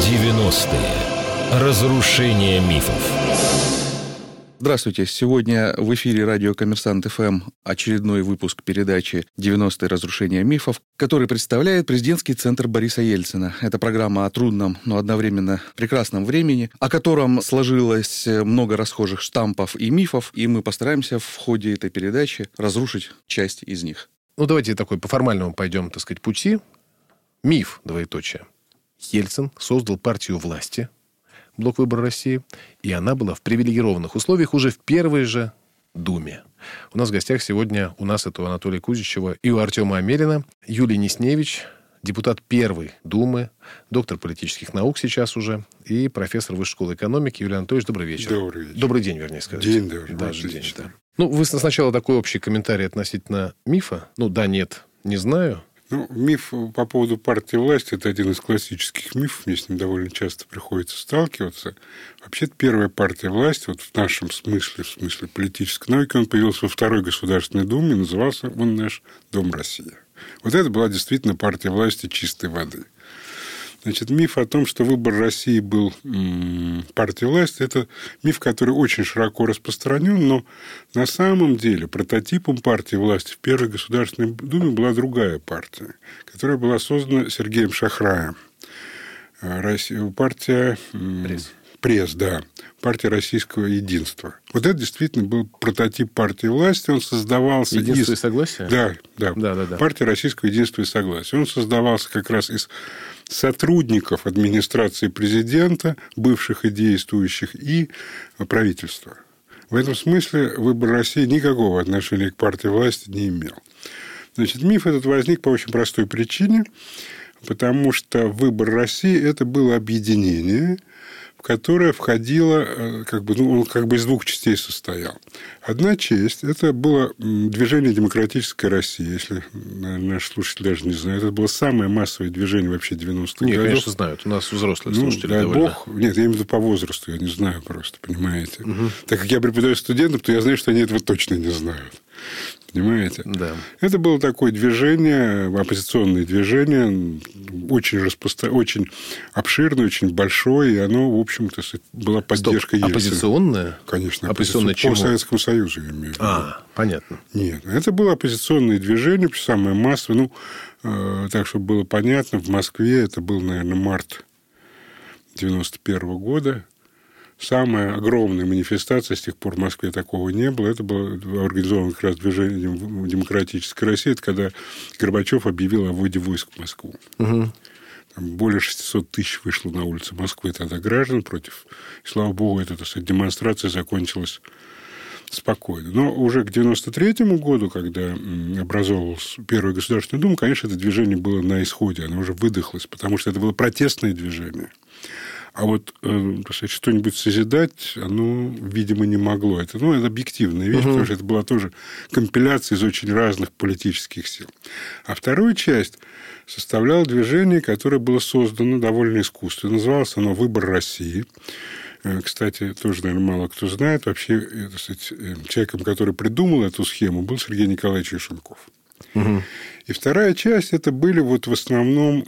90-е. Разрушение мифов. Здравствуйте. Сегодня в эфире радио «Коммерсант ФМ» очередной выпуск передачи «90-е. Разрушение мифов», который представляет президентский центр Бориса Ельцина. Это программа о трудном, но одновременно прекрасном времени, о котором сложилось много расхожих штампов и мифов, и мы постараемся в ходе этой передачи разрушить часть из них. Давайте такой по формальному пойдем, пути. Миф, двоеточие. Ельцин создал партию власти, Блок «Выбор России», и она была в привилегированных условиях уже в первой же Думе. У нас в гостях сегодня это у Анатолия Кузичева и у Артема Амелина Юлий Несневич, депутат Первой Думы, доктор политических наук сейчас уже и профессор Высшей школы экономики. Юлий Анатольевич, добрый вечер. Добрый вечер. Добрый день, вернее сказать. День добрый. Даже день, да. Вы сначала такой общий комментарий относительно мифа. Да, нет, не знаю. Миф по поводу партии власти – это один из классических мифов. Мне с ним довольно часто приходится сталкиваться. Вообще-то первая партия власти, в нашем смысле, в смысле политической науки, он появился во Второй Государственной Думе, назывался он наш Дом России. Это была действительно партия власти чистой воды. Миф о том, что выбор России был партией власти, это миф, который очень широко распространен, но на самом деле прототипом партии власти в Первой Государственной Думе была другая партия, которая была создана Сергеем Шахраем. Партия... Пресс, да. Партия российского единства. Это действительно был прототип партии власти. Он создавался Единство и согласие? Да. Партия российского единства и согласия. Он создавался как раз из сотрудников администрации президента, бывших и действующих, и правительства. В этом смысле выбор России никакого отношения к партии власти не имел. Миф этот возник по очень простой причине, потому что выбор России – это было объединение, в которое входило, он из двух частей состоял. Одна часть – это было движение «Демократическая Россия», если наши слушатели даже не знают. Это было самое массовое движение вообще 90-х годов. Нет, конечно, знают. У нас взрослые слушатели довольно. Бог. Нет, я имею в виду по возрасту, я не знаю просто, понимаете. Угу. Так как я преподаю студентам, то я знаю, что они этого точно не знают. Понимаете? Да. Это было такое движение, оппозиционное движение, очень обширное, очень большое, и оно, в общем-то, была поддержка Ельцина. Оппозиционное? Конечно. Оппозиционное чему? По Советскому Союзу, я имею в виду. Понятно. Нет, это было оппозиционное движение, самое массовое. Так, чтобы было понятно, в Москве это был, наверное, март 91 года. Самая огромная манифестация, с тех пор в Москве такого не было, это было организовано как раз движением «Демократической России», это когда Горбачев объявил о вводе войск в Москву. Угу. Там более 600 тысяч вышло на улицы Москвы тогда граждан против. И, слава богу, эта демонстрация закончилась спокойно. Но уже к 1993 году, когда образовалась Первая Государственная Дума, конечно, это движение было на исходе, оно уже выдохлось, потому что это было протестное движение. А что-нибудь созидать, оно, видимо, не могло. Это объективная вещь, потому что это была тоже компиляция из очень разных политических сил. А вторую часть составляло движение, которое было создано довольно искусственно. Называлось оно «Выбор России». Кстати, тоже, наверное, мало кто знает. Вообще, человеком, который придумал эту схему, был Сергей Николаевич Яшенков. Угу. И вторая часть, это были в основном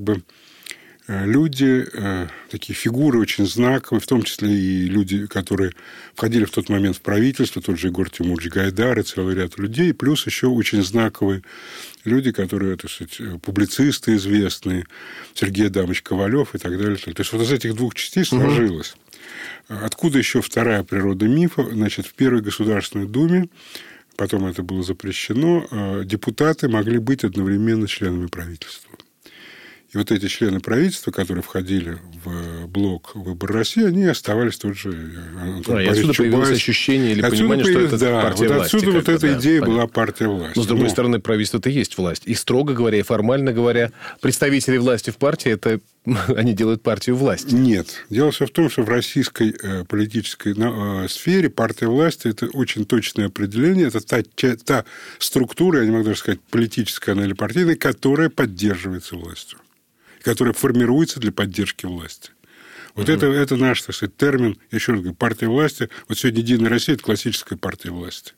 люди, такие фигуры очень знаковые, в том числе и люди, которые входили в тот момент в правительство, тот же Егор Тимурович Гайдар и целый ряд людей, плюс еще очень знаковые люди, которые, публицисты известные, Сергей Адамович Ковалев и так далее. То есть, из этих двух частей сложилось. Откуда еще вторая природа мифа? В Первой Государственной Думе, потом это было запрещено, депутаты могли быть одновременно членами правительства. И эти члены правительства, которые входили в блок «Выбор России», они оставались тот же и отсюда появилось ощущение или понимание, что это партия власти. Отсюда эта идея была партия власти. Но, с другой стороны, правительство – это и есть власть. И, строго говоря, и формально говоря, представители власти в партии – они делают партию власти. Нет. Дело все в том, что в российской политической сфере партия власти – это очень точное определение. Это та структура, я не могу даже сказать, политическая она или партийная, которая поддерживается властью, которая формируется для поддержки власти. Это наш, термин, я еще раз говорю, партия власти. Сегодня «Единая Россия» – это классическая партия власти.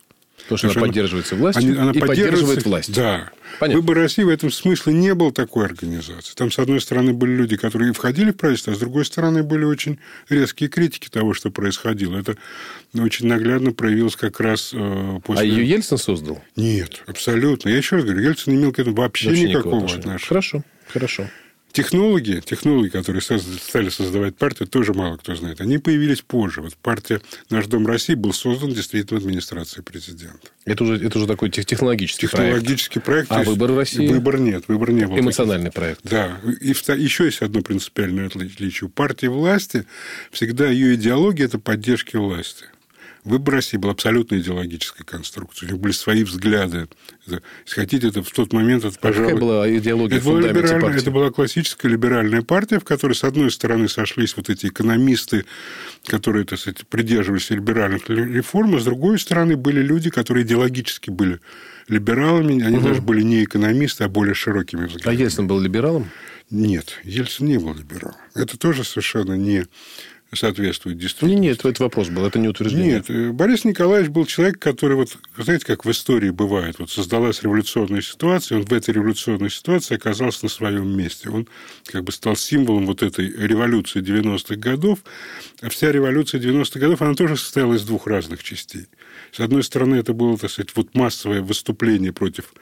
Потому что она поддерживается властью она и поддерживает власть. Да. Понятно. «Выбор России» в этом смысле не был такой организацией. Там, с одной стороны, были люди, которые входили в правительство, а с другой стороны, были очень резкие критики того, что происходило. Это очень наглядно проявилось как раз после... А ее Ельцин создал? Нет, абсолютно. Я еще раз говорю, Ельцин не имел к этому вообще никакого отношения. Хорошо. Технологии, которые стали создавать партию, тоже мало кто знает. Они появились позже. Вот партия «Наш Дом России» был создан действительно администрацией президента. Это уже такой технологический проект. А «Выбор России»? Выбор не был. Эмоциональный проект. Да. И еще есть одно принципиальное отличие. У партии власти всегда ее идеология – это поддержка власти. «Выбор России» был абсолютно идеологической конструкцией. У них были свои взгляды. Если хотите, это в тот момент... Какая была идеология в фундаменте партии? Это была классическая либеральная партия, в которой, с одной стороны, сошлись вот эти экономисты, которые, так сказать, придерживались либеральных реформ, а с другой стороны, были люди, которые идеологически были либералами. Они даже были не экономисты, а более широкими взглядами. А Ельцин был либералом? Нет, Ельцин не был либералом. Это тоже совершенно не соответствует действительности. Нет, это вопрос был, это не утверждение. Нет, Борис Николаевич был человек, который, вот, знаете, как в истории бывает, вот создалась революционная ситуация, он в этой революционной ситуации оказался на своем месте. Он как бы стал символом вот этой революции 90-х годов, а вся революция 90-х годов, она тоже состояла из двух разных частей. С одной стороны, это было, так сказать, вот массовое выступление против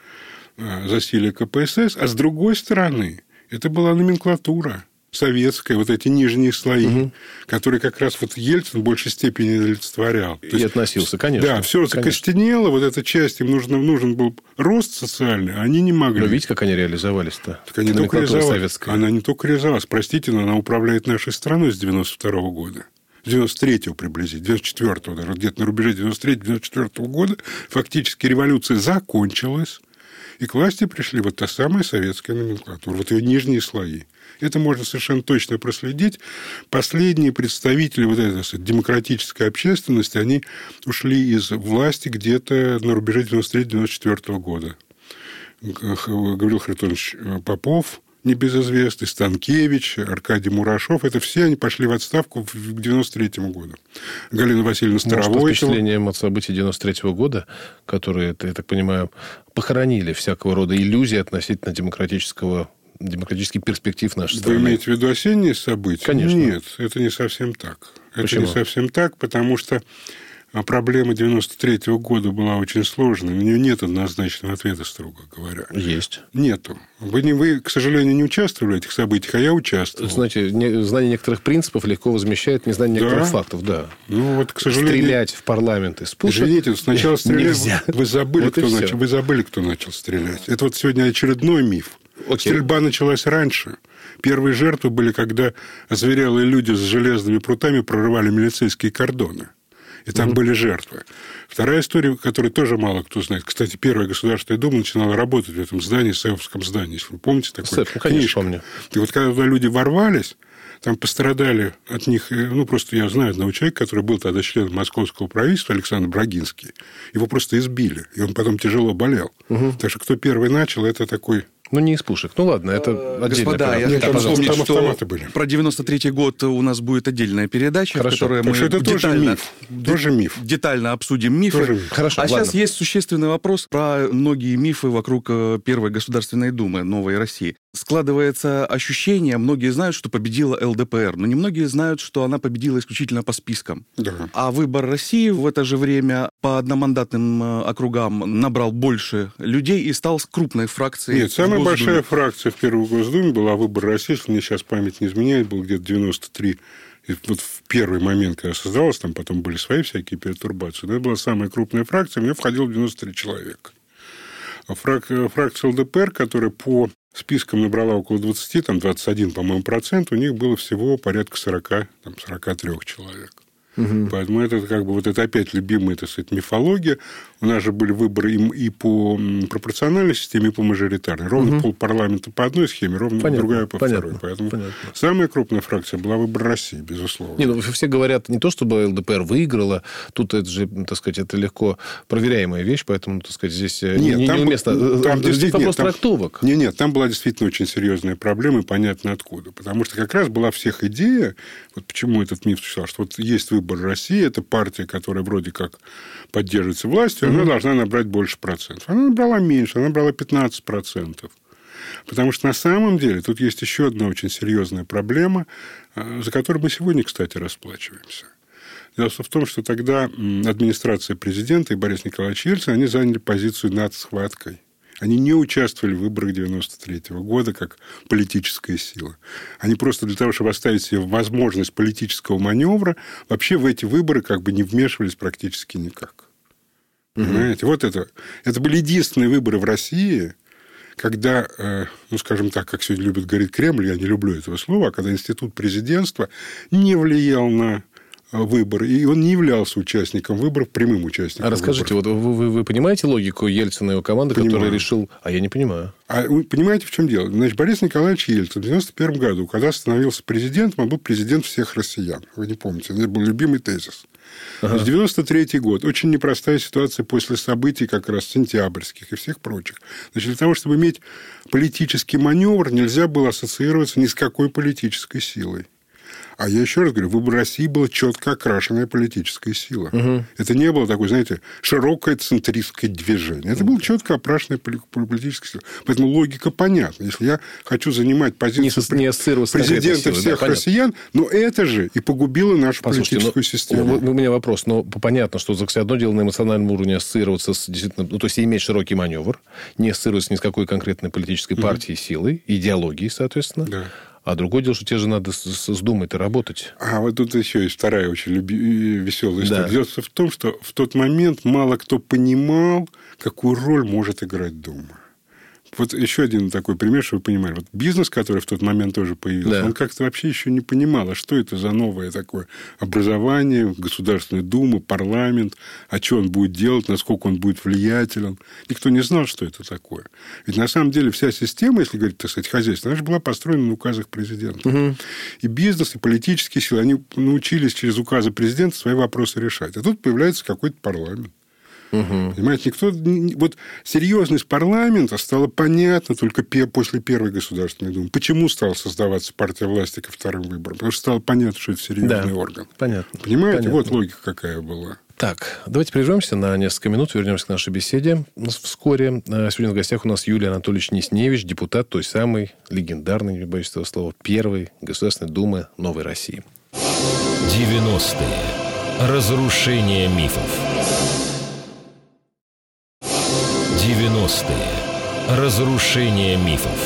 засилия КПСС, а с другой стороны, это была номенклатура советская, вот эти нижние слои, которые как раз вот Ельцин в большей степени олицетворял. И относился, конечно. Да, все закостенело, вот эта часть, им нужен был рост социальный, а они не могли. Но видите, как они реализовались-то? Так они только реализовались. Она не только реализовалась, простите, но она управляет нашей страной с 92-го года. С 93-го приблизительно, 94-го даже, где-то на рубеже 93-94 года фактически революция закончилась, и к власти пришли вот та самая советская номенклатура, вот ее нижние слои. Это можно совершенно точно проследить. Последние представители вот этой демократической общественности, они ушли из власти где-то на рубеже 93-94 года. Гаврил Харитонович Попов, небезызвестный, Станкевич, Аркадий Мурашов. Это все они пошли в отставку к 93 году. Галина Васильевна Старовойтова. Может, впечатлением от событий 93 года, которые, я так понимаю, похоронили всякого рода иллюзии относительно демократических перспектив нашей страны. Вы имеете в виду осенние события? Конечно. Нет, это не совсем так. Почему? Это не совсем так, потому что проблема 93 года была очень сложной. На нее нет однозначного ответа, строго говоря. Есть. Нету. Вы, к сожалению, не участвовали в этих событиях, а я участвовал. Знаете, знание некоторых принципов легко возмещает незнание некоторых фактов. Да. Ну, вот, к сожалению... Стрелять в парламент из пушек Извините, сначала стреляли... нельзя. Вы забыли, Вот вы забыли, кто начал стрелять. Это вот сегодня очередной миф. Окей. Стрельба началась раньше. Первые жертвы были, когда озверелые люди с железными прутами прорывали милицейские кордоны. И там были жертвы. Вторая история, которую тоже мало кто знает. Кстати, Первая Государственная Дума начинала работать в этом здании, Сеовском здании. Если вы помните такое? Конечно, помню. И вот когда туда люди ворвались, там пострадали от них... Ну, просто я знаю одного человека, который был тогда членом московского правительства, Александр Брагинский. Его просто избили. И он потом тяжело болел. Так что кто первый начал, это такой... Ну, не из пушек. Ну, ладно, это отдельная Господа, я хочу пожалуйста. напомнить, Там что автоматы были. про 93-й год у нас будет отдельная передача, Хорошо. в которой мы это детально, тоже миф. детально обсудим мифы. Тоже миф. Хорошо, А ладно. сейчас есть существенный вопрос про многие мифы вокруг Первой Государственной Думы Новой России. Складывается ощущение, многие знают, что победила ЛДПР, но немногие знают, что она победила исключительно по спискам. Да. А «Выбор России» в это же время по одномандатным округам набрал больше людей и стал с крупной фракцией. Нет, самая в Госдуме. большая фракция в Первой Госдуме была «Выбор России», если мне сейчас память не изменяет, был где-то 93. И вот в первый момент, когда создалась, там потом были свои всякие пертурбации, но это была самая крупная фракция, в нее входило 93 человека. А фракция ЛДПР, которая по спискам набрала около 20, там 21, по-моему, процент, у них было всего порядка 43 человек. Поэтому это как бы вот это опять любимая, так сказать, мифология. У нас же были выборы и по пропорциональной системе, и по мажоритарной. Ровно полпарламента по одной схеме, ровно другая по второй. Поэтому самая крупная фракция была «Выбор России», безусловно. Не, ну, все говорят не то, чтобы ЛДПР выиграла. Тут это же, так сказать, это легко проверяемая вещь, поэтому, так сказать, здесь неуместно. Здесь вопрос трактовок. Нет, там была действительно очень серьезная проблема, и понятно откуда. Потому что как раз была всех идея, вот почему этот миф существовал, что вот есть выборы выборы России. Это партия, которая вроде как поддерживается властью, она должна набрать больше процентов. Она набрала меньше, она набрала 15%. Потому что на самом деле тут есть еще одна очень серьезная проблема, за которую мы сегодня, кстати, расплачиваемся. Дело в том, что тогда администрация президента и Борис Николаевич Ельцин, они заняли позицию над схваткой. Они не участвовали в выборах 1993 года как политическая сила. Они просто для того, чтобы оставить себе возможность политического маневра, вообще в эти выборы как бы не вмешивались практически никак. Понимаете? Вот это. Это были единственные выборы в России, когда, ну, скажем так, как сегодня любит говорить Кремль, я не люблю этого слова, а когда институт президентства не влиял на выборы, и он не являлся участником выборов, прямым участником выборов. А расскажите, вот вы понимаете логику Ельцина и его команды, который решил... А я не понимаю. А вы понимаете, в чем дело? Значит, Борис Николаевич Ельцин в 1991 году, когда становился президентом, он был президент всех россиян. Вы не помните, это был любимый тезис. Ага. 1993 год. Очень непростая ситуация после событий как раз сентябрьских и всех прочих. Значит, для того, чтобы иметь политический маневр, нельзя было ассоциироваться ни с какой политической силой. А я еще раз говорю, выбор России была четко окрашенная политическая сила. Угу. Это не было такое, знаете, широкое центристское движение. Это было четко окрашенная политическая сила. Поэтому логика понятна. Если я хочу занимать позицию президента всех россиян, но это же и погубило нашу политическую систему. У меня вопрос. Но понятно, что одно дело на эмоциональном уровне ассоциироваться с действительно... Ну, то есть, иметь широкий маневр, не ассоциироваться ни с какой конкретной политической партией, силой, идеологией, соответственно. Да. А другое дело, что тебе же надо с Думой-то работать. А вот тут еще есть вторая очень веселая история. Да. Дело в том, что в тот момент мало кто понимал, какую роль может играть Дума. Вот еще один такой пример, чтобы вы понимали. Вот бизнес, который в тот момент тоже появился, он как-то вообще еще не понимал, а что это за новое такое образование, Государственная Дума, парламент, а что он будет делать, насколько он будет влиятелен. Никто не знал, что это такое. Ведь на самом деле вся система, если говорить, так сказать, хозяйственная, она же была построена на указах президента. Угу. И бизнес, и политические силы, они научились через указы президента свои вопросы решать. А тут появляется какой-то парламент. Угу. Понимаете, вот серьезность парламента стала понятна только после Первой Государственной Думы. Почему стала создаваться партия власти ко вторым выборам? Потому что стало понятно, что это серьезный орган. Понятно. Понимаете? Понятно. Вот логика какая была. Так, давайте прервемся на несколько минут, вернемся к нашей беседе вскоре. Сегодня в гостях у нас Юлий Анатольевич Несневич, депутат той самой легендарной, не боюсь этого слова, Первой Государственной Думы Новой России. 90-е. Разрушение мифов. 90-е. Разрушение мифов.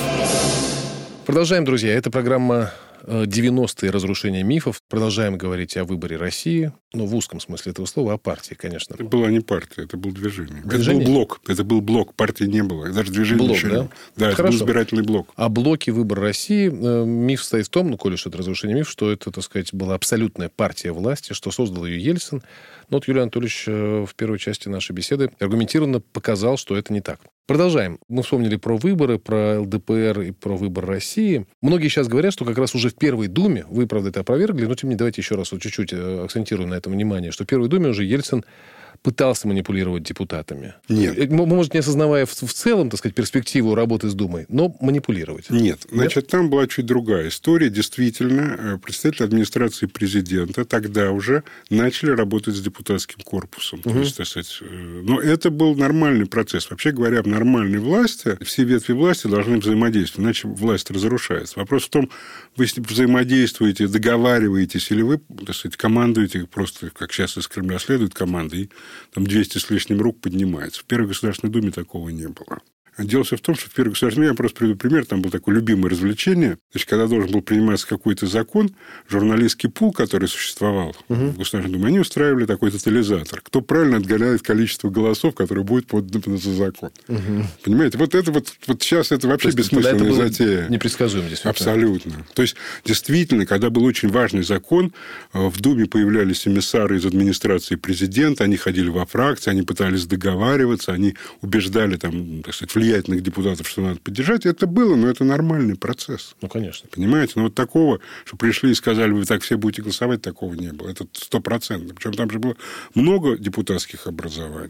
Продолжаем, друзья. Это программа «90-е. Разрушение мифов». Продолжаем говорить о выборе России. Ну, в узком смысле этого слова, о партии, конечно. Это была не партия, это был движение. Это был блок. Это был блок. Партии не было. Даже движения блок, еще да? не было. Да, это был избирательный блок. О блоке «Выбор России» миф стоит в том, ну, коли уж это разрушение миф, что это, так сказать, была абсолютная партия власти, что создал ее Ельцин. Но вот Юлий Анатольевич в первой части нашей беседы аргументированно показал, что это не так. Продолжаем. Мы вспомнили про выборы, про ЛДПР и про выбор России. Многие сейчас говорят, что как раз уже в Первой Думе, вы, правда, это опровергли, но тем не менее, давайте еще раз вот чуть-чуть акцентируем на этом внимание, что в Первой Думе уже Ельцин пытался манипулировать депутатами. Нет. Может, не осознавая в целом, так сказать, перспективу работы с Думой, но манипулировать. Нет. Значит, там была чуть другая история. Действительно, представители администрации президента тогда уже начали работать с депутатским корпусом. Угу. То есть, так сказать, но это был нормальный процесс. Вообще говоря, в нормальной власти все ветви власти должны взаимодействовать, иначе власть разрушается. Вопрос в том, вы взаимодействуете, договариваетесь, или вы, так сказать, командуете просто, как сейчас из Кремля следует команда, и там 200 с лишним рук поднимается. В Первой Государственной Думе такого не было. Дело все в том, что в Первой Государственной Думе, я просто приведу пример, там было такое любимое развлечение. Значит, когда должен был приниматься какой-то закон, журналистский пул, который существовал в Государственной Думе, они устраивали такой тотализатор. Кто правильно отгоняет количество голосов, которое будет подано за закон. Понимаете? Вот это вот сейчас это вообще бессмысленная затея. Непредсказуемо, действительно. Абсолютно. То есть, действительно, когда был очень важный закон, в Думе появлялись эмиссары из администрации президента, они ходили во фракции, они пытались договариваться, они убеждали там, так сказать, влиятельных депутатов, что надо поддержать. Это было, но это нормальный процесс. Ну, конечно. Понимаете? Но вот такого, что пришли и сказали, вы так все будете голосовать, такого не было. Это 100%. Причем там же было много депутатских образований.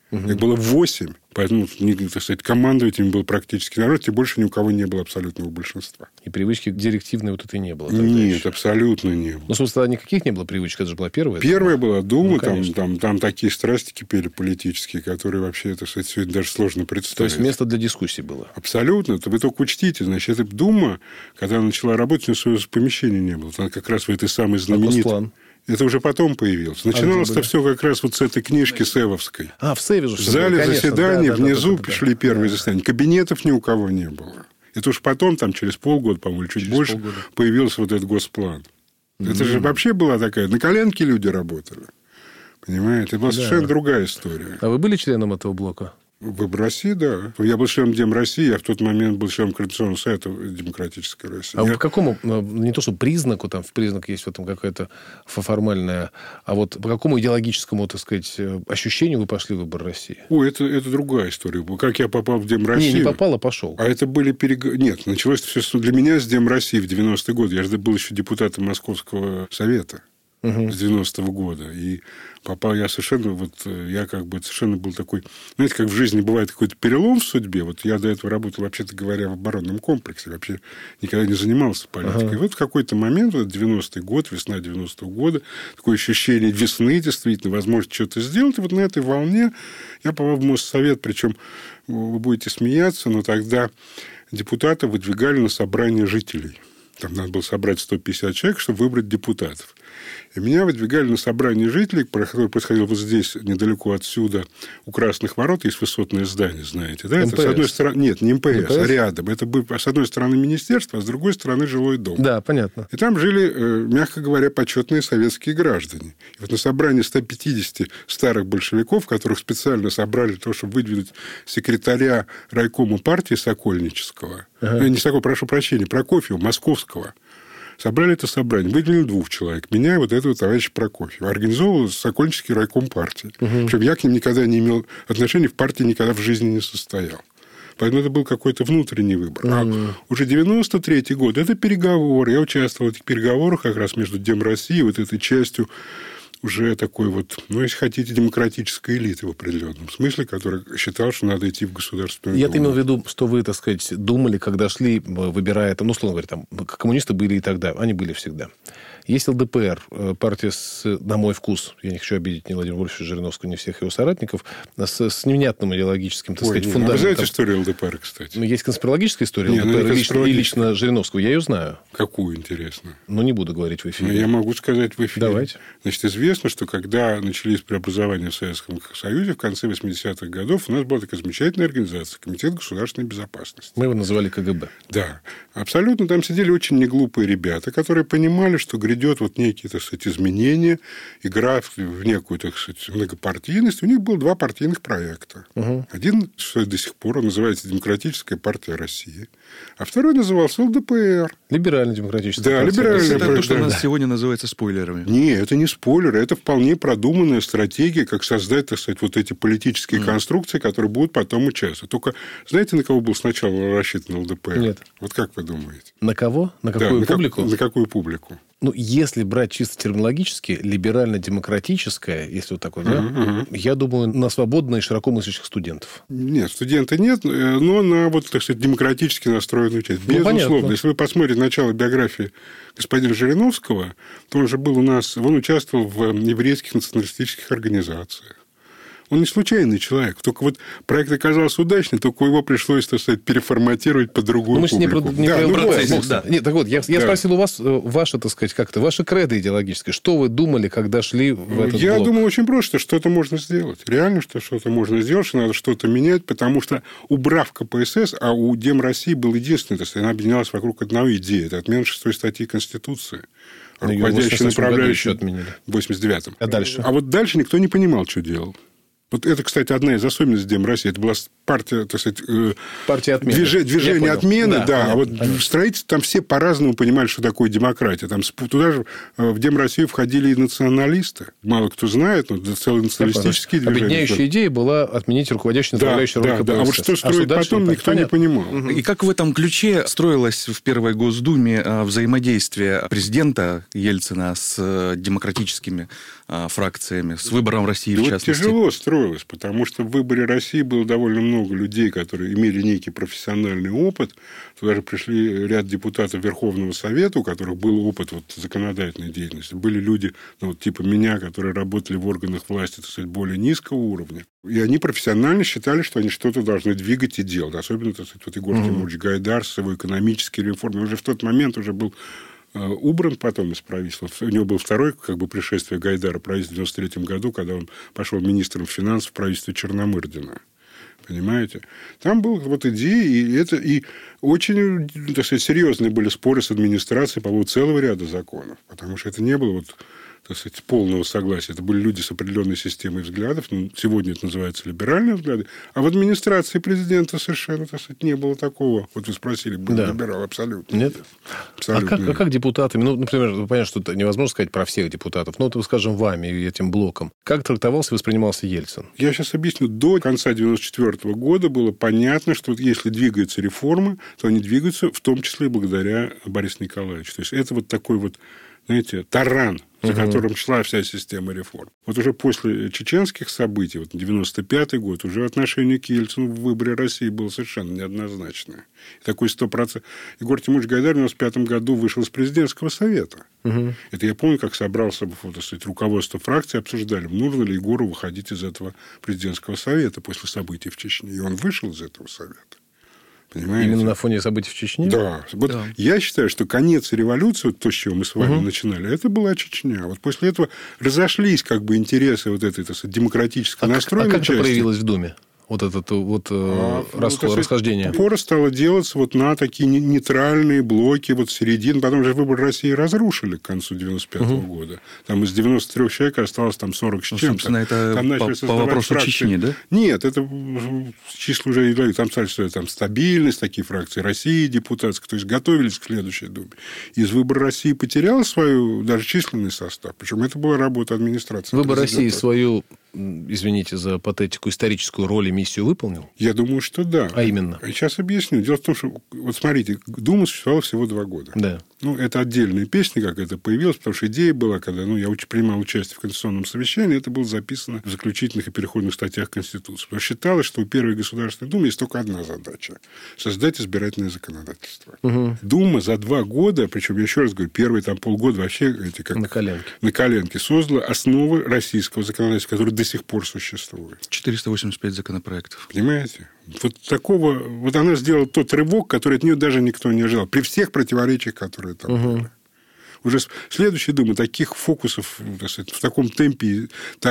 Их было 8. Поэтому, так сказать, командовать им был практически народ, тем больше ни у кого не было абсолютного большинства. И привычки директивной вот этой не было? Нет, еще. Абсолютно не было. Ну, собственно, никаких не было привычек. Это же была первая. Первая была Дума, Ну, там такие страсти кипели политические, которые вообще, так сказать, сегодня даже сложно представить. То есть, место для дискуссий было? Абсолютно. Вы только учтите, значит, эта Дума, когда она начала работать, у нее своего помещения не было. Она как раз в этой самой знаменитой... Госплан? Это уже потом появилось. Начиналось-то все как раз вот с этой книжки Севовской. В Севе же. В зале заседаний внизу да. пришли первые заседания. Кабинетов ни у кого не было. Это уж потом, там, через полгода, по-моему, чуть больше, появился вот этот госплан. Это же вообще была такая... На коленке люди работали. Понимаете? Это была совершенно другая история. А вы были членом этого блока? Выбор России, да. Я был членом Дем России, я в тот момент был членом Координационного совета Демократической России. А по какому, не то что признаку, там в признак есть в этом какая-то формальная, а вот по какому идеологическому, так сказать, ощущению вы пошли в Выбор России? Это другая история. Как я попал в Дем России? Не попал, а пошел. А это были переговоры... Нет, началось все для меня с Дем России в 90-е годы. Я же был еще депутатом Московского совета. С 90-го года. И попал я совершенно... Я как бы совершенно был такой... Знаете, как в жизни бывает какой-то перелом в судьбе. Вот я до этого работал, вообще-то говоря, в оборонном комплексе. Вообще никогда не занимался политикой. И вот в какой-то момент, 90-й год, весна 90-го года, такое ощущение весны, действительно, возможность что-то сделать. И вот на этой волне я попал в Моссовет. Причем вы будете смеяться, но тогда депутаты выдвигали на собрание жителей. Там надо было собрать 150 человек, чтобы выбрать депутатов. И меня выдвигали на собрание жителей, которое происходило вот здесь, недалеко отсюда, у Красных ворот, есть высотное здание, знаете. Да? Это, с одной стороны... Нет, не МПС, а рядом. Это было, с одной стороны, министерство, а с другой стороны, жилой дом. Да, понятно. И там жили, мягко говоря, почетные советские граждане. И вот на собрании 150 старых большевиков, которых специально собрали для того, чтобы выдвинуть секретаря райкома партии Сокольнического, не Сокол, прошу прощения, Прокофьева, Московского, собрали это собрание, выделили 2 человек. Меня и вот этого товарища Прокофьева. Организовывал Сокольнический райком партии. Причем я к ним никогда не имел отношений, в партии никогда в жизни не состоял. Поэтому это был какой-то внутренний выбор. А уже 93-й год – это переговоры. Я участвовал в этих переговорах как раз между Дем России и вот этой частью уже такой вот, если хотите, демократической элиты в определенном смысле, которая считала, что надо идти в Государственную Думу. Я-то имел в виду, что вы, так сказать, думали, когда шли, выбирая, условно говоря, там, коммунисты были и тогда, они были всегда. Есть ЛДПР, партия, на мой вкус, я не хочу обидеть ни Владимира Вольфовича Жириновского, ни всех его соратников, с невнятным идеологическим, так сказать, фундаментом. А вы знаете историю ЛДПР, кстати? Есть конспирологическая история ЛДПР и лично Жириновского. Я ее знаю. Какую, интересно? Но не буду говорить в эфире. Я могу сказать в эфире. Давайте. Значит, известно, что когда начались преобразования в Советском Союзе в конце 80-х годов, у нас была такая замечательная организация, Комитет государственной безопасности. Мы его называли КГБ. Да. Абсолютно. Там сидели очень неглупые ребята, которые понимали, что грядет вот некие, так сказать, изменения, игра в некую, так сказать, многопартийность. У них было 2 партийных проекта. Один, что до сих пор, он называется «Демократическая партия России», а второй назывался ЛДПР. Либерально-демократическая партия. либеральная. Это то, что у нас сегодня называется спойлерами. Нет, это не спойлеры. Это вполне продуманная стратегия, как создать, так сказать, вот эти политические конструкции, которые будут потом участвовать. Только знаете, на кого был сначала рассчитан ЛДПР? Нет. Вот как вы думаете? На кого? На какую публику? На какую публику? Если брать чисто терминологически, либерально-демократическое, если вот такое, я думаю, на свободно и широко мыслящих студентов. Нет, студенты нет, но на, вот, так сказать, демократически настроенную часть. Безусловно. Понятно. Если вы посмотрите начало биографии господина Жириновского, то он же был у нас, он участвовал в еврейских националистических организациях. Он не случайный человек. Только вот проект оказался удачный, только его пришлось, так сказать, переформатировать под другую публику. Нет, так вот, я спросил у вас ваше, так сказать, как-то, ваше кредо идеологическое. Что вы думали, когда шли в этот Я блок? думал очень просто, что что-то можно сделать. Реально, что что-то можно сделать, что надо что-то менять, потому что, убрав КПСС, а у Дем России был единственный, так сказать, она объединялась вокруг одной идеи. Это отмена 6 статьи Конституции. Руководящий направляющий в 89-м. А дальше? А вот дальше никто не понимал, что делал. Вот это, кстати, одна из особенностей Дем России. Это была партия, так сказать, партия отмены. Движение отмены, да. А вот понятно. в строительстве там все по-разному понимали, что такое демократия. Там туда же в Дем Россию входили и националисты. Мало кто знает, но целые националистические движения. Объединяющая идея была отменить руководящий направляющий роль КПСС. Да. А вот что строить потом, никто не понимал. И как в этом ключе строилось в Первой Госдуме взаимодействие президента Ельцина с демократическими фракциями, с выбором России, в частности? Тяжело строить. строилось, потому что в выборе России было довольно много людей, которые имели некий профессиональный опыт. Туда же пришли ряд депутатов Верховного Совета, у которых был опыт вот законодательной деятельности. Были люди, ну, вот, типа меня, которые работали в органах власти, так сказать, более низкого уровня. И они профессионально считали, что они что-то должны двигать и делать. Особенно, так сказать, вот Егор Тимурович Гайдар с его экономической реформой. Уже в тот момент уже был убран потом из правительства. У него был второй как бы пришествие Гайдара, правительство в 1993 году, когда он пошел министром финансов в правительстве Черномырдина. Понимаете? Там была вот идея, и очень, так сказать, серьезные были споры с администрацией по поводу целого ряда законов. Потому что это не было вот, так сказать, полного согласия. Это были люди с определенной системой взглядов. Ну, сегодня это называется либеральные взгляды. А в администрации президента совершенно, так сказать, не было такого. Вот вы спросили, был либерал? Абсолютно нет. Абсолютно А как депутатами? Ну, например, понятно, что это невозможно сказать про всех депутатов. Но, вот, скажем, вами и этим блоком. Как трактовался и воспринимался Ельцин? Я сейчас объясню. До конца 1994 года было понятно, что если двигаются реформы, то они двигаются в том числе и благодаря Борису Николаевичу. То есть, это вот такой вот, знаете, таран, за которым шла вся система реформ. Вот уже после чеченских событий, вот 1995 год, уже отношение к Ельцину в выборе России было совершенно неоднозначное. И такой 100%. Егор Тимурович Гайдар в 1995 году вышел из президентского совета. Это я помню, как собрался, вот, так сказать, руководство фракции, обсуждали, нужно ли Егору выходить из этого президентского совета после событий в Чечне. И он вышел из этого совета. Понимаете? Именно на фоне событий в Чечне? Да. Вот да. Я считаю, что конец революции, вот то, с чего мы с вами начинали, это была Чечня. Вот после этого разошлись как бы интересы вот этой, так сказать, демократической настроенной части. А как это проявилось в Думе? Вот это вот расхождение. Упор стало делаться вот на такие нейтральные блоки, вот середины. Потом же выбор России разрушили к концу 1995 года. Там из 93 человек осталось там 40 с чем-то. Собственно, это там по вопросу фракции. Чечни, да? Нет, это число уже не дают. Там стали там стабильность, такие фракции России депутатские. То есть, готовились к следующей Думе. Из выбора России потеряла свою даже численный состав. Причем это была работа администрации. Выбор России свою, извините за патетику, историческую роль и миссию выполнил? Я думаю, что да. А именно? Сейчас объясню. Дело в том, что, вот смотрите, Дума существовала всего 2 года. Да. Ну, это отдельная песня, как это появилось, потому что идея была, когда я принимал участие в Конституционном совещании, это было записано в заключительных и переходных статьях Конституции. Потому что считалось, что у Первой Государственной Думы есть только одна задача – создать избирательное законодательство. Дума за 2 года, причем, я еще раз говорю, первые там полгода вообще на коленке создала основы российского законодательства, которое до сих пор существует. 485 законопроектов. Понимаете? Вот такого... Вот она сделала тот рывок, который от нее даже никто не ожидал. При всех противоречиях, которые там были. Уже следующая Дума таких фокусов, так сказать, в таком темпе,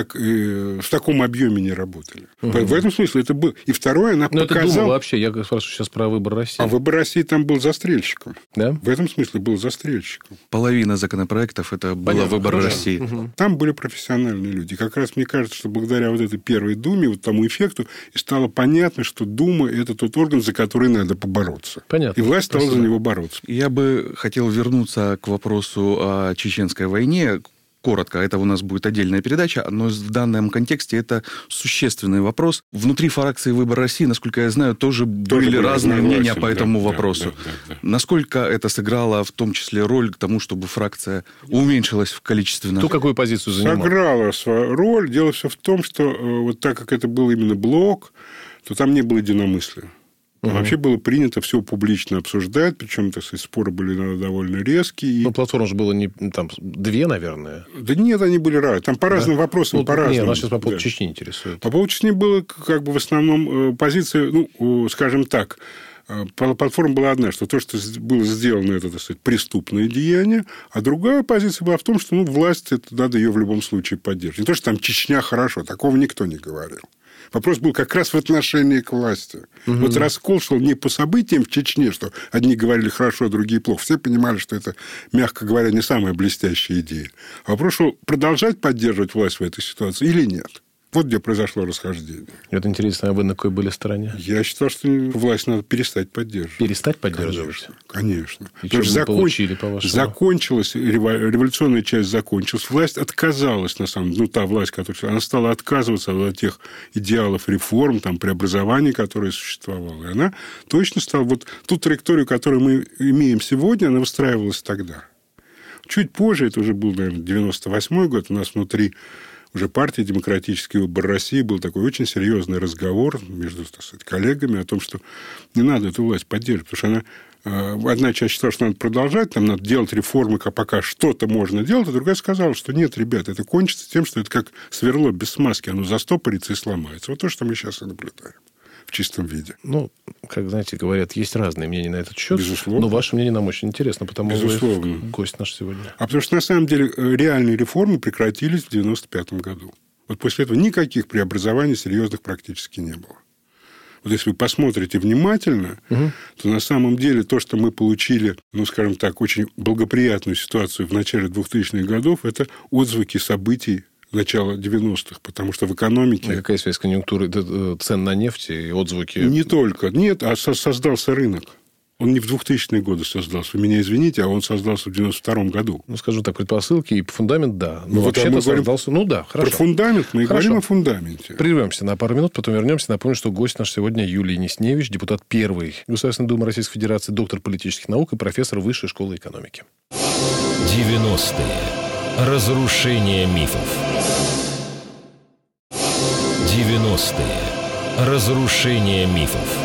в таком объеме не работали. В этом смысле это было. И второе, она показала... это Дума вообще, я спрашиваю сейчас про выбор России. А выбор России там был застрельщиком. Да? В этом смысле был застрельщиком. Половина законопроектов это был выбор России. Там были профессиональные люди. И как раз мне кажется, что благодаря вот этой первой Думе, вот тому эффекту, и стало понятно, что Дума – это тот орган, за который надо побороться. Понятно. И власть стала за него бороться. Я бы хотел вернуться к вопросу о Чеченской войне. Коротко, это у нас будет отдельная передача, но в данном контексте это существенный вопрос. Внутри фракции «Выбор России», насколько я знаю, тоже были разные мнения по этому вопросу. Да. Насколько это сыграло в том числе роль к тому, чтобы фракция уменьшилась в количественно? Кто какую позицию занимал? Сыграла свою роль. Дело все в том, что вот так как это был именно блок, то там не было единомыслия. Вообще было принято все публично обсуждать, причем, так сказать, споры были довольно резкие. Ну, платформа же было не там 2, наверное. Да нет, они были разные. Там по разным вопросам, по-разному. Нет, нас сейчас по поводу Чечни интересует. По поводу Чечни было как бы в основном позиция, скажем так, платформа была одна, что то, что было сделано, это, так сказать, преступное деяние, а другая позиция была в том, что власть, это надо ее в любом случае поддерживать. Не то, что там Чечня хорошо, такого никто не говорил. Вопрос был как раз в отношении к власти. Вот раскол шел не по событиям в Чечне, что одни говорили хорошо, а другие плохо. Все понимали, что это, мягко говоря, не самая блестящая идея. А вопрос шел, продолжать поддерживать власть в этой ситуации или нет. Вот где произошло расхождение. Это интересно, а вы на какой были стороне? Я считал, что власть надо перестать поддерживать. Перестать поддерживать? Конечно. И что вы получили, по-вашему? Закончилась, революционная часть закончилась. Власть отказалась, на самом деле, та власть, которая... Она стала отказываться от тех идеалов реформ, преобразований, которые существовали. И она точно стала... Вот ту траекторию, которую мы имеем сегодня, она выстраивалась тогда. Чуть позже, это уже был, наверное, 98-й год, у нас внутри уже партии «Демократический выбор России» был такой очень серьезный разговор между, так сказать, коллегами о том, что не надо эту власть поддерживать, потому что одна часть считала, что надо продолжать, там надо делать реформы, пока что-то можно делать, а другая сказала, что нет, ребят, это кончится тем, что это как сверло без смазки, оно застопорится и сломается. Вот то, что мы сейчас и наблюдаем в чистом виде. Ну, как, знаете, говорят, есть разные мнения на этот счет. Безусловно. Но ваше мнение нам очень интересно, потому Безусловно. вы гость наш сегодня. А потому что, на самом деле, реальные реформы прекратились в 1995 году. Вот после этого никаких преобразований серьезных практически не было. Вот если вы посмотрите внимательно, то на самом деле то, что мы получили, ну, скажем так, очень благоприятную ситуацию в начале 2000-х годов, это отзвуки событий начала 90-х, потому что в экономике... А какая связь с конъюнктурой цен на нефть и отзвуки? Не только. Нет, а создался рынок. Он не в 2000-е годы создался. Вы меня извините, а он создался в 92-м году. Ну, скажу так, предпосылки и фундамент, да. Но вот вообще-то создался... Ну, да, хорошо. Про фундамент мы и говорим о фундаменте. Прервемся на пару минут, потом вернемся. Напомню, что гость наш сегодня Юлий Несневич, депутат Первой Государственной Думы Российской Федерации, доктор политических наук и профессор Высшей школы экономики. 90-е. Разрушение мифов. 90-е. Разрушение мифов.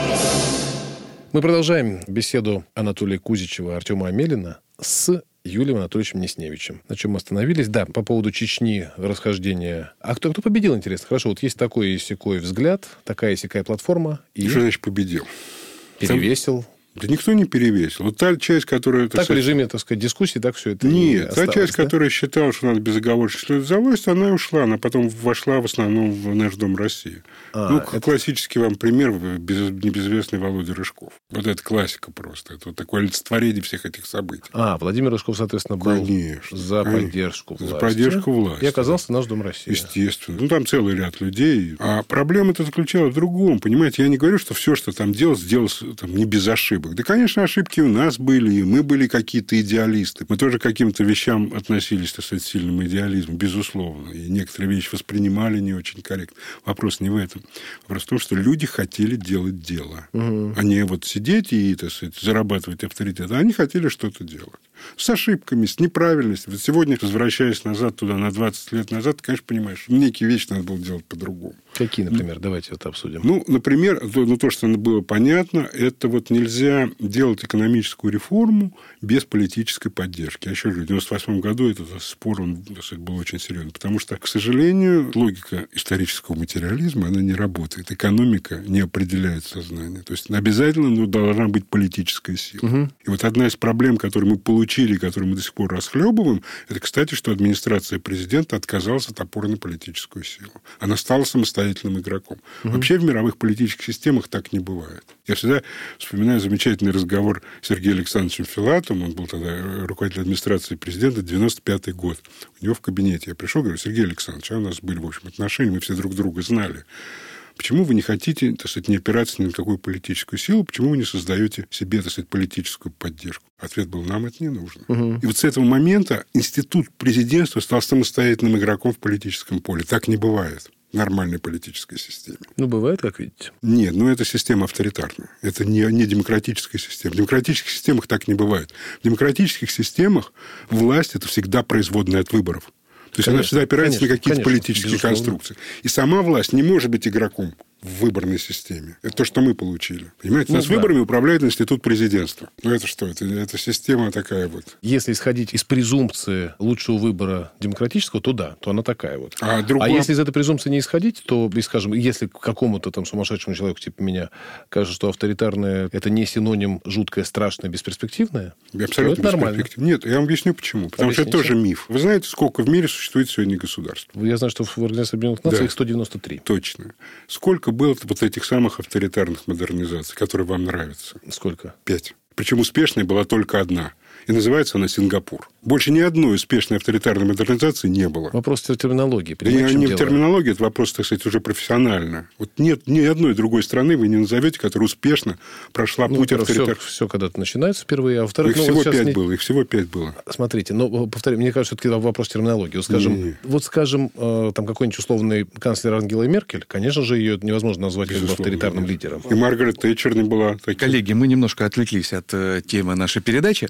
Мы продолжаем беседу Анатолия Кузичева и Артема Амелина с Юлием Анатольевичем Несневичем. На чем мы остановились? Да, по поводу Чечни, расхождения. А кто победил, интересно? Хорошо, вот есть такой и сякой взгляд, такая и сякая платформа. И что значит победил? Перевесил. Да никто не перевесил. Вот та часть, которая... Так в режиме, так сказать, дискуссии, так все это Нет, та часть, да? которая считала, что надо безоговорочно следовать за властью, она ушла. Она потом вошла в основном в наш Дом России. Классический вам пример небезызвестный Володя Рыжков. Вот это классика просто. Это вот такое олицетворение всех этих событий. Владимир Рыжков, соответственно, был за поддержку власти. За поддержку власти. И оказался в наш Дом России. Естественно. Ну, там целый ряд людей. А проблема-то заключалась в другом. Понимаете, я не говорю, что все, что там делалось там, не без ошибок. Да, конечно, ошибки у нас были, и мы были какие-то идеалисты. Мы тоже к каким-то вещам относились, так сказать, с сильным идеализмом, безусловно. И некоторые вещи воспринимали не очень корректно. Вопрос не в этом. Вопрос в том, что люди хотели делать дело. А не вот сидеть и, так сказать, зарабатывать авторитет. А они хотели что-то делать. С ошибками, с неправильностью. Вот сегодня, возвращаясь назад туда, на 20 лет назад, ты, конечно, понимаешь, некие вещи надо было делать по-другому. Какие, например? Давайте это обсудим. Ну, например, то, что было понятно, это вот нельзя делать экономическую реформу без политической поддержки. Я еще говорю, в 1998 году этот спор он, так сказать, был очень серьезный. Потому что, к сожалению, логика исторического материализма, она не работает. Экономика не определяет сознание. То есть, обязательно должна быть политическая сила. И вот одна из проблем, которую мы получили, которую мы до сих пор расхлебываем, это, кстати, что администрация президента отказалась от опоры на политическую силу. Она стала самостоятельным игроком. Вообще в мировых политических системах так не бывает. Я всегда вспоминаю замечательный разговор с Сергеем Александровичем Филатовым. Он был тогда руководитель администрации президента, 95-й год. У него в кабинете я пришел, говорю: Сергей Александрович, у нас были, в общем, отношения, мы все друг друга знали. Почему вы не хотите, так сказать, не опираться ни на какую политическую силу? Почему вы не создаете себе, так сказать, политическую поддержку? Ответ был: нам это не нужно. И вот с этого момента институт президентства стал самостоятельным игроком в политическом поле. Так не бывает в нормальной политической системе. Ну, бывает, как видите. Нет, это система авторитарная. Это не демократическая система. В демократических системах так не бывает. В демократических системах власть – это всегда производная от выборов. То есть она всегда опирается на какие-то политические конструкции. И сама власть не может быть игроком в выборной системе. Это то, что мы получили. Понимаете, нас выборами управляет институт президентства. Ну, это что? Это система такая вот. Если исходить из презумпции лучшего выбора демократического, то да, то она такая вот. А если из этой презумпции не исходить, то, скажем, если какому-то там сумасшедшему человеку типа меня кажется, что авторитарное – это не синоним жуткое, страшное, бесперспективное, абсолютно то это нормально. Нет, я вам объясню, почему. Потому что это тоже миф. Вы знаете, сколько в мире существует сегодня государств? Я знаю, что в Организации Объединенных Наций их 193. Точно. Сколько было вот этих самых авторитарных модернизаций, которые вам нравятся? Сколько? 5. Причем успешной была только одна. И называется она Сингапур. Больше ни одной успешной авторитарной модернизации не было. Вопрос терминологии. Не в терминологии, это вопрос, так сказать, уже профессионально. Вот нет ни одной другой страны вы не назовете, которая успешно прошла путь авторитарного. Все когда-то начинается впервые, а во-вторых... Их всего 5 было. Смотрите, повторю, мне кажется, все-таки вопрос терминологии. Скажем, там какой-нибудь условный канцлер Ангела Меркель, конечно же, ее невозможно назвать авторитарным лидером. И Маргарет Тэтчер не была таким. Коллеги, мы немножко отвлеклись от темы нашей передачи. И хотел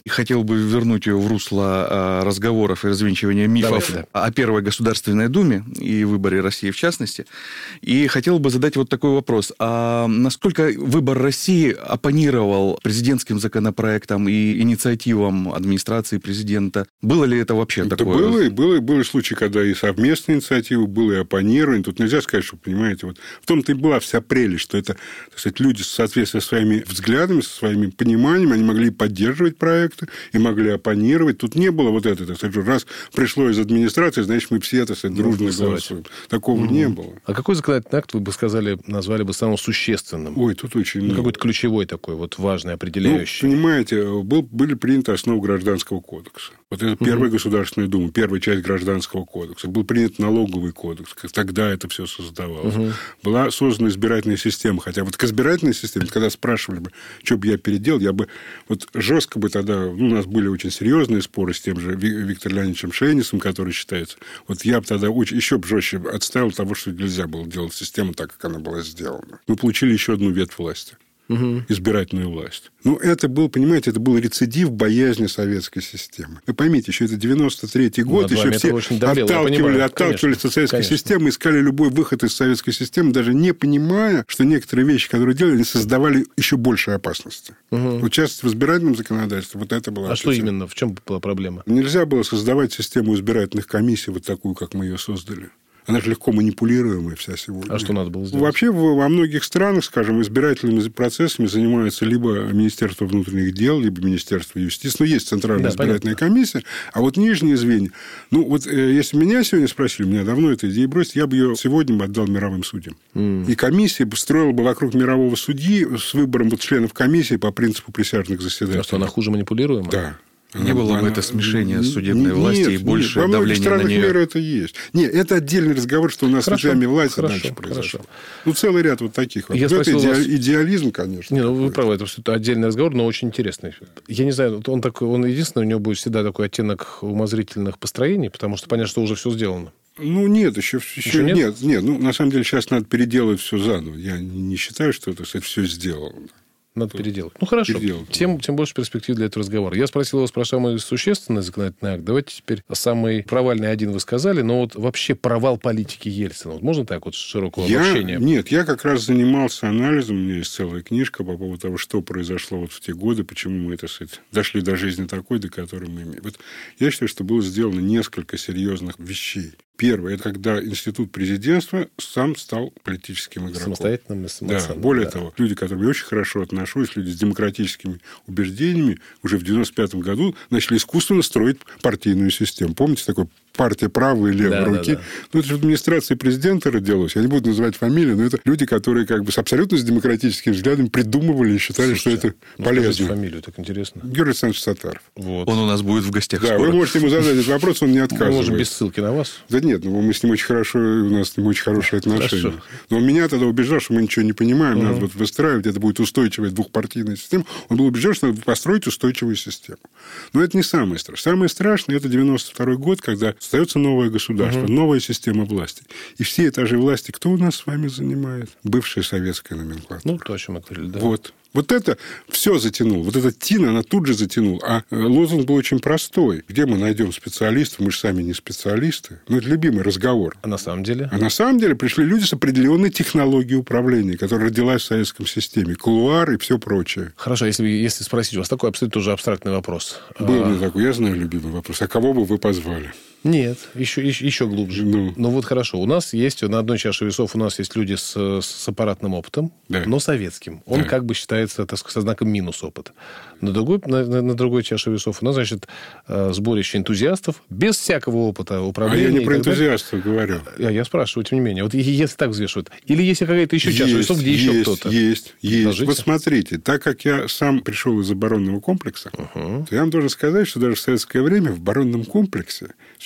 бы вернуть ее в русло разговоров и развенчивания мифов о Первой Государственной Думе и выборе России в частности. И хотел бы задать вот такой вопрос. А насколько выбор России оппонировал президентским законопроектам и инициативам администрации президента? Было ли это вообще такое? Были случаи, когда и совместные инициативы, было и оппонирование. Тут нельзя сказать, что, понимаете, вот в том-то и была вся прелесть, что это, так сказать, люди в соответствии со своими взглядами, со своими пониманиями, они могли поддерживать проекты и могли оппонировать. Тут не было вот это, так сказать, раз пришло из администрации, значит, мы все, так сказать, дружно голосуем. Такого не было. А какой законодательный акт вы бы сказали, назвали бы самым существенным? Ой, тут очень много. Какой-то ключевой такой, вот важный, определяющий. Ну, понимаете, были приняты основы Гражданского кодекса. Вот это первая Государственная Дума, первая часть Гражданского кодекса. Был принят налоговый кодекс. Тогда это все создавалось. Была создана избирательная система. Хотя вот к избирательной системе, когда спрашивали бы, что бы я переделал, я бы вот жестко бы тогда... у нас были очень серьезные споры с тем же Виктором Леонидовичем Шейнисом, который считается. Вот я бы тогда еще бы жестче отставил того, что нельзя было делать систему так, как она была сделана. Мы получили еще одну ветвь власти. Избирательную власть. Ну, это был, понимаете, это был рецидив боязни советской системы. Вы поймите, еще это 93-й год, еще все отталкивались от советской системы, искали любой выход из советской системы, даже не понимая, что некоторые вещи, которые делали, они создавали еще больше опасности. Вот, в частности, в избирательном законодательстве вот это было. А что именно? В чем была проблема? Нельзя было создавать систему избирательных комиссий вот такую, как мы ее создали. Она же легко манипулируемая вся сегодня. А что надо было сделать? Вообще, во многих странах, скажем, избирательными процессами занимаются либо Министерство внутренних дел, либо Министерство юстиции. Ну, есть Центральная избирательная комиссия. А вот нижние звенья... Ну, вот если меня сегодня спросили, меня давно эта идея бросить, я бы ее сегодня бы отдал мировым судьям. И комиссия бы строила бы вокруг мирового судьи с выбором вот членов комиссии по принципу присяжных заседателей. А что, она хуже манипулируема? Да. Не было бы это смешение судебной власти и больше давления на нее. Мира это есть. Нет, это отдельный разговор, что у нас с судьями власти дальше произошло. Ну, целый ряд вот таких. Вот. Это идеализм, конечно. Не, ну, вы правы, это отдельный разговор, но очень интересный. Я не знаю, он единственный, у него будет всегда такой оттенок умозрительных построений, потому что понятно, что уже все сделано. Ну, нет, еще нет. Ну, на самом деле, сейчас надо переделать все заново. Я не считаю, что это все сделано. Надо переделать. Ну, хорошо. Тем больше перспектив для этого разговора. Я спросил вас про самый существенный законодательный акт. Давайте теперь самый провальный один вы сказали. Но вот вообще провал политики Ельцина. Вот можно так вот с широкого обобщения? Нет, я как раз занимался анализом. У меня есть целая книжка по поводу того, что произошло вот в те годы, почему мы, так сказать, дошли до жизни такой, до которой мы имеем. Вот я считаю, что было сделано несколько серьезных вещей. Первое, это когда институт президентства сам стал политическим игроком. Самостоятельным и самоценным. Да, более того, люди, к которым я очень хорошо отношусь, люди с демократическими убеждениями, уже в 1995 году начали искусственно строить партийную систему. Помните, такой партия правой и левой руки? Да. Ну, это же в администрации президента родилось. Я не буду называть фамилию, но это люди, которые как бы с абсолютно с демократическими взглядами придумывали и считали, что это полезно. Фамилию, так интересно. Георгий Александрович Саттаров. Вот. Он у нас будет в гостях скоро. Вы можете ему задать этот вопрос, он не отказывает. Мы можем без ссылки на вас. Да нет, мы с ним очень хорошо, у нас с ним очень хорошие отношения. Хорошо. Но он меня тогда убеждал, что мы ничего не понимаем, надо вот выстраивать, это будет устойчивая двухпартийная система. Он был убежден, что надо построить устойчивую систему. Но это не самое страшное. Самое страшное – это 92-й год, когда создается новое государство, новая система власти. И все этажи власти кто у нас с вами занимает? Бывшая советская номенклатура. Ну, то, о чем мы говорили, да. Вот это все затянуло. Вот эта тина, она тут же затянула. А лозунг был очень простой. Где мы найдем специалистов? Мы же сами не специалисты. Ну, это любимый разговор. А на самом деле? А на самом деле пришли люди с определенной технологией управления, которая родилась в советском системе. Кулуар и все прочее. Хорошо, если спросить у вас такой абсолютно уже абстрактный вопрос. Был у меня такой, я знаю любимый вопрос. А кого бы вы позвали? Нет, еще глубже. Ну, вот хорошо. У нас есть, на одной чаше весов у нас есть люди с аппаратным опытом, но советским. Он как бы считается, так сказать, со знаком минус опыта. На другой чаше весов у нас, значит, сборище энтузиастов без всякого опыта управления. А я не про энтузиастов говорю. Я спрашиваю, тем не менее. Вот если так взвешивают. Или есть какая-то еще чаша весов, где еще кто-то? Есть. Вот смотрите, так как я сам пришел из оборонного комплекса, то я вам должен сказать, что даже в советское время в оборонном комплексе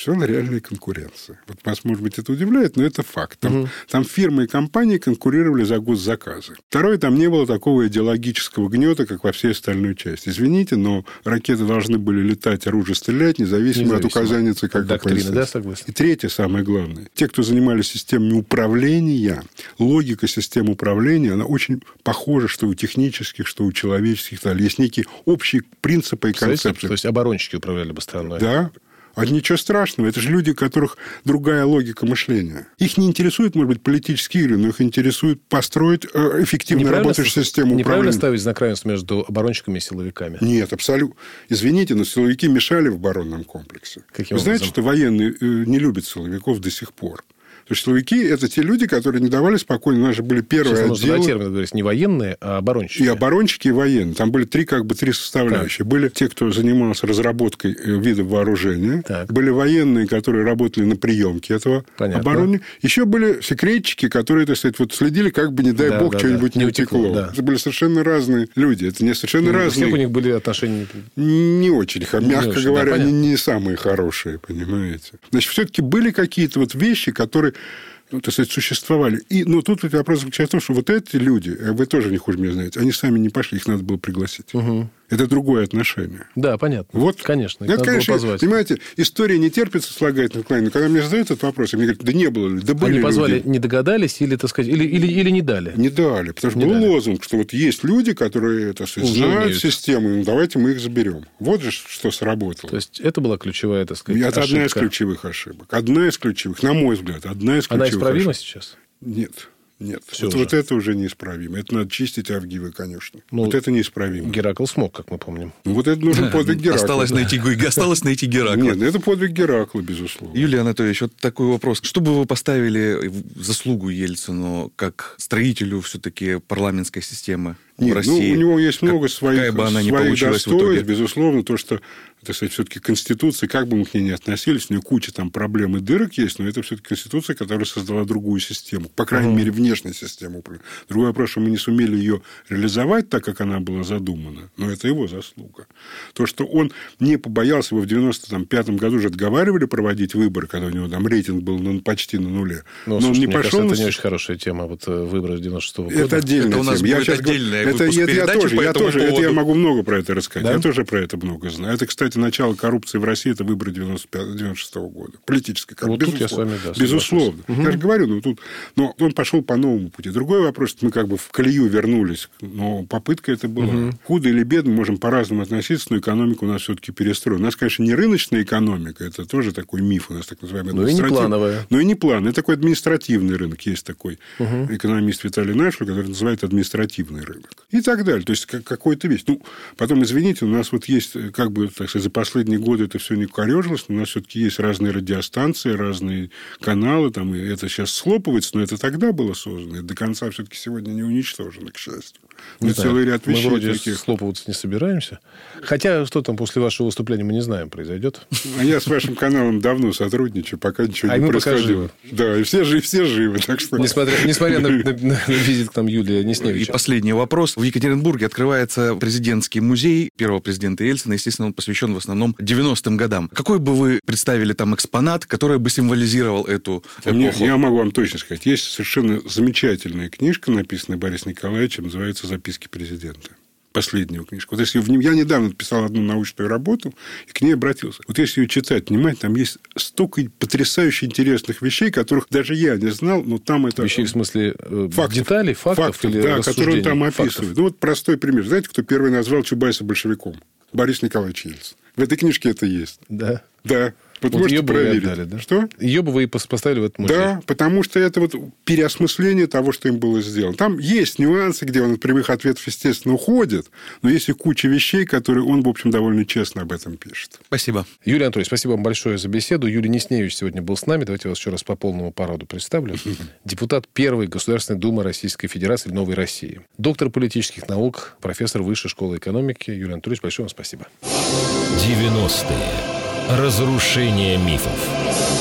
осуществляла реальная конкуренция. Вот вас, может быть, это удивляет, но это факт. Там фирмы и компании конкурировали за госзаказы. Второе, там не было такого идеологического гнета, как во всей остальной части. Извините, но ракеты должны были летать, оружие стрелять, независимо от указания ЦК доктрины, да, согласен. И третье, самое главное. Те, кто занимались системами управления, логика систем управления, она очень похожа, что у технических, что у человеческих. Есть некие общие принципы и концепции. То есть оборонщики управляли бы страной. Да. А ничего страшного. Это же люди, у которых другая логика мышления. Их не интересует, может быть, политические игры, но их интересует построить эффективно работающую систему управления. Неправильно ставить знак равенства между оборонщиками и силовиками? Нет, абсолютно. Извините, но силовики мешали в оборонном комплексе. Каким Вы знаете, образом? что военные не любят силовиков до сих пор? То есть силовики – это те люди, которые не давали спокойно. У нас же были первые Сейчас отделы. нужно термин говорить, не военные, а оборонщики. И оборонщики, и военные. Там были три составляющие. Так. Были те, кто занимался разработкой видов вооружения. Так. Были военные, которые работали на приемке этого оборудования. Еще были секретчики, которые, так сказать, вот следили, как бы, не дай бог, что-нибудь не утекло. Да. Это были совершенно разные люди. Это не совершенно разные. Всех у них были отношения... Не очень, мягко говоря, они не самые хорошие, понимаете. Значит, все-таки были какие-то вот вещи, которые... так сказать, существовали. Но тут вопрос заключается в том, что вот эти люди, вы тоже не хуже меня знаете, они сами не пошли, их надо было пригласить. Угу. Это другое отношение. Да, понятно. Вот. Конечно. Это, конечно, понимаете, история не терпит сослагательных наклонений. Но когда мне задают этот вопрос, мне говорят, да не было ли, да были они позвали, люди. Не догадались или, так сказать, или не дали? Не дали. Потому что был лозунг, что вот есть люди, которые, так сказать, знают систему, давайте мы их заберем. Вот же что сработало. То есть, это была ключевая, так сказать, это ошибка. Одна из ключевых ошибок. Одна из ключевых, на мой взгляд, одна из ключевых Она исправима ошибок. Сейчас? Нет. Вот это уже неисправимо. Это надо чистить Авгиевы, конечно. Вот это неисправимо. Геракл смог, как мы помним. Вот это нужен подвиг Геракла. Осталось найти Геракла. Нет, это подвиг Геракла, безусловно. Юлий Анатольевич, вот такой вопрос. Что бы вы поставили в заслугу Ельцину как строителю все-таки парламентской системы в России? У него есть много своих достоинств, безусловно, то, что, так сказать, все-таки Конституция, как бы мы к ней ни относились, у нее куча там проблем и дырок есть, но это все-таки Конституция, которая создала другую систему, по крайней мере, внешнюю систему управления. Другой вопрос, что мы не сумели ее реализовать так, как она была задумана, но это его заслуга. То, что он не побоялся, его в 95-м году уже отговаривали проводить выборы, когда у него там рейтинг был почти на нуле. Но он не пошел. Кажется, это не очень хорошая тема, вот выборы 96-го года. Это отдельная тема. Я сейчас я могу много про это рассказать. Да? Я тоже про это много знаю. Это, кстати, начало коррупции в России, это выборы 96-го года. Политическая коррупция. Вот тут я с вами, да, безусловно. Угу. Я же говорю, но он пошел по новому пути. Другой вопрос, что мы как бы в колею вернулись, но попытка это была. Угу. Худо или бедно, мы можем по-разному относиться, но экономика у нас все-таки перестроена. У нас, конечно, не рыночная экономика, это тоже такой миф у нас, так называемый. Но и не плановая. Но и не плановая. Это такой административный рынок. Есть такой экономист Виталий Нашев, который называет административный рынок. И так далее. То есть, какой-то вещь. Потом, извините, у нас вот есть, как бы, так сказать, за последние годы это все не корежилось, но у нас все-таки есть разные радиостанции, разные каналы, там, и это сейчас схлопывается, но это тогда было создано, и до конца все-таки сегодня не уничтожено, к счастью. Целый ряд вещей. Мы вроде схлопываться не собираемся. Хотя, что там после вашего выступления, мы не знаем, произойдет. А я с вашим каналом давно сотрудничаю, пока ничего не происходило. Да, и все живы. Так что... Несмотря на визит к нам Юлия Несневича. И последний вопрос. В Екатеринбурге открывается президентский музей первого президента Ельцина. Естественно, он посвящен в основном 90-м годам. Какой бы вы представили там экспонат, который бы символизировал эту эпоху? Я могу вам точно сказать. Есть совершенно замечательная книжка, написанная Борисом Николаевичем, называется «Записки президента». Последнюю книжку. Вот если я недавно написал одну научную работу и к ней обратился. Вот если ее читать, понимаете, там есть столько потрясающе интересных вещей, которых даже я не знал, но там это... Вещей в смысле деталей, фактов или да, которые он там описывает. Фактов. Вот простой пример. Знаете, кто первый назвал Чубайса большевиком? Борис Николаевич Ельцин. В этой книжке это есть. Да? Да. Вот можете проверить. Отдали, да? Что? Ее бы вы поставили в этот музей. Да, потому что это вот переосмысление того, что им было сделано. Там есть нюансы, где он от прямых ответов, естественно, уходит, но есть и куча вещей, которые он, в общем, довольно честно об этом пишет. Спасибо. Юлий Анатольевич, спасибо вам большое за беседу. Юлий Несневич сегодня был с нами. Давайте вас еще раз по полному параду представлю. Депутат Первой Государственной Думы Российской Федерации Новой России. Доктор политических наук, профессор Высшей школы экономики. Юлий Анатольевич, большое вам спасибо. 90-е. Разрушение мифов.